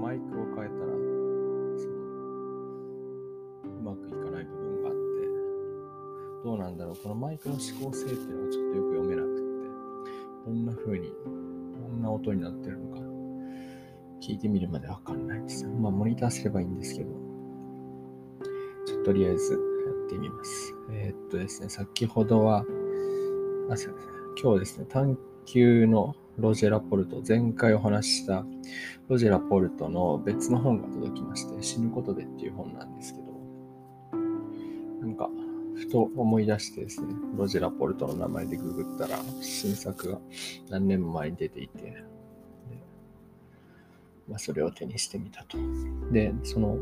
マイクを変えたらうまくいかない部分があって、どうなんだろう、このマイクの指向性っていうのはちょっとよく読めなくって、どんな風にどんな音になってるのか聞いてみるまでわかんないです。モニターすればいいんですけど、とりあえずやってみます。ですね、先ほどは今日ですね、探求のロジェ・ラポルト、前回お話ししたロジェ・ラポルトの別の本が届きまして、死ぬことでっていう本なんですけど、なんかふと思い出してですね、ロジェ・ラポルトの名前でググったら新作が何年も前に出ていて、それを手にしてみたと。で、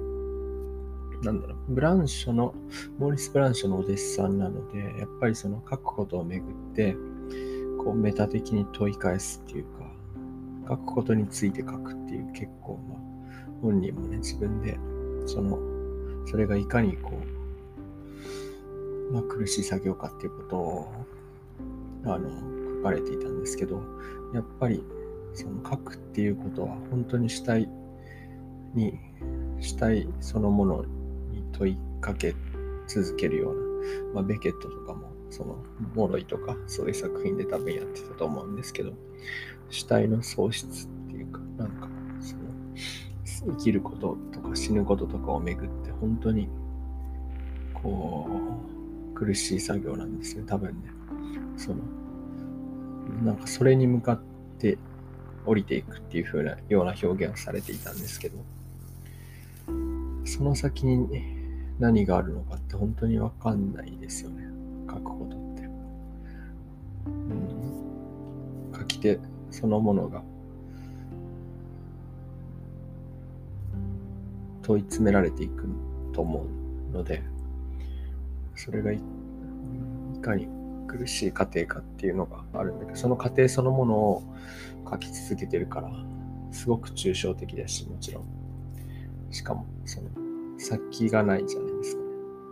ブランショの、モーリス・ブランショのお弟子さんなので、やっぱりその書くことをめぐって、メタ的に問い返すっていうか、書くことについて書くっていう結構、本人もね、自分で、それがいかに苦しい作業かっていうことを、書かれていたんですけど、やっぱり、書くっていうことは、本当に主体そのものに問いかけ続けるような、ベケットとかもモロイとかそういう作品で多分やってたと思うんですけど、主体の喪失っていうか、生きることとか死ぬこととかをめぐって本当に苦しい作業なんですよ、多分ね。それに向かって降りていくっていう風なような表現をされていたんですけど、その先に何があるのかって本当に分かんないですよね、書くことって。書き手そのものが問い詰められていくと思うので、それがいかに苦しい過程かっていうのがあるんだけど、その過程そのものを書き続けてるからすごく抽象的だし、もちろんしかも先がないじゃないですかね。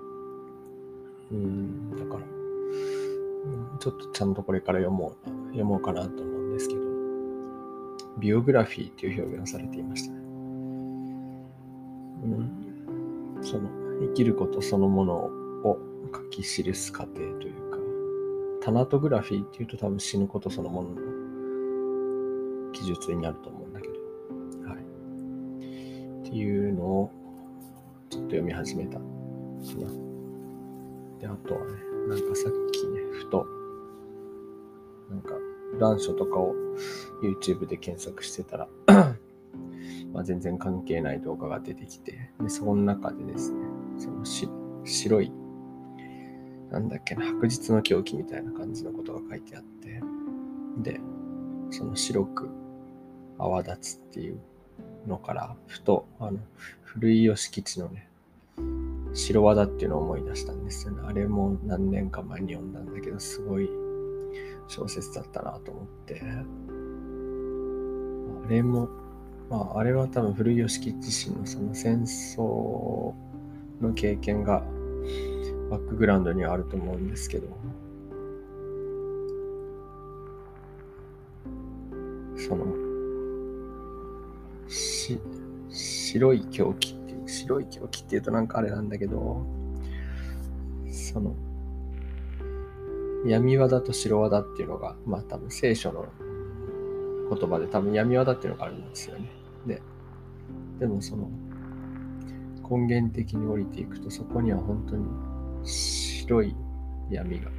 だからちょっとちゃんとこれから読もうかなと思うんですけど、ビオグラフィーっていう表現をされていましたね。生きることそのものを書き記す過程というか、タナトグラフィーっていうと多分死ぬことそのものの記述になると思うんだけど、はい。っていうのをちょっと読み始めたかな。で、あとはね、さっきね、ふと乱書とかを YouTube で検索してたら全然関係ない動画が出てきて、でその中でですね、白い白日の狂気みたいな感じのことが書いてあって、で白く泡立つっていうのからふと古い吉吉のね白和田っていうのを思い出したんですよね。あれも何年か前に読んだんだけど、すごい小説だったなと思って、あれもあれは多分古い吉吉自身のその戦争の経験がバックグラウンドにはあると思うんですけど、白い狂気っていうとあれなんだけど、闇輪だと白輪だっていうのが多分聖書の言葉で多分闇輪だっていうのがあるんですよね。でも根源的に降りていくと、そこには本当に白い闇がある。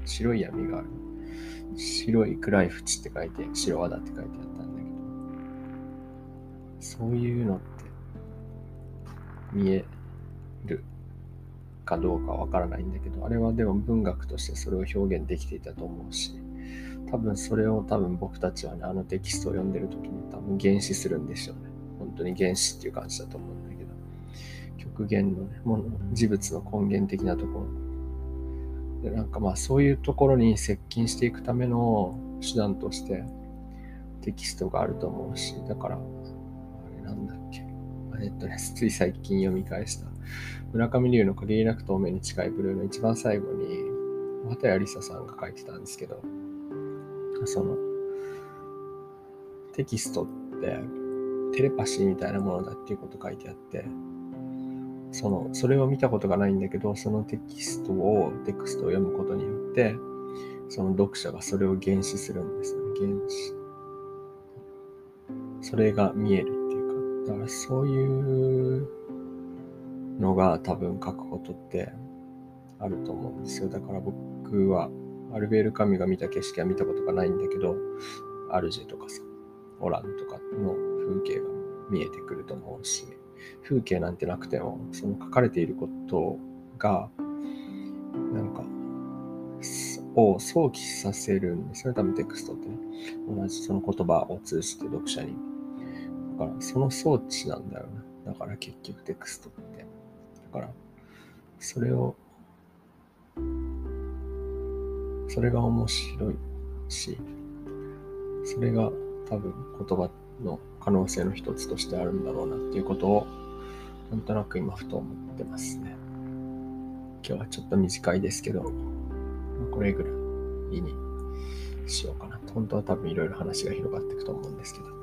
白い暗い淵って書いて白輪だって書いてあったんだけど、そういうのって見えるかどうかわからないんだけど、あれはでも文学としてそれを表現できていたと思うし、多分それを僕たちはね、あのテキストを読んでる時に多分原始するんでしょうね。本当に原始っていう感じだと思うんだけど、極限のね、事物の根源的なところで、そういうところに接近していくための手段としてテキストがあると思うし、だからつい最近読み返した村上龍の限りなく透明に近いブルーの一番最後に畑谷梨沙さんが書いてたんですけど、テキストってテレパシーみたいなものだっていうこと書いてあって、それを見たことがないんだけど、そのテクストを読むことによって、その読者がそれを原始するんですよね。原始。それが見えるっていうか、だからそういうのが多分書くことってあると思うんですよ。だから僕はアルベール・カミュが見た景色は見たことがないんだけど、アルジェとかさ、オランとかの風景が見えてくると思うし、風景なんてなくても、その書かれていることが、なんか、を想起させるんですよね、多分テクストってね。同じその言葉を通じて読者に。だから、その装置なんだよな。だから結局テクストって。だから、それが面白いし、それが多分言葉の可能性の一つとしてあるんだろうなっていうことを、なんとなく今ふと思ってますね。今日はちょっと短いですけど、これぐらいにしようかな。本当は多分いろいろ話が広がっていくと思うんですけど。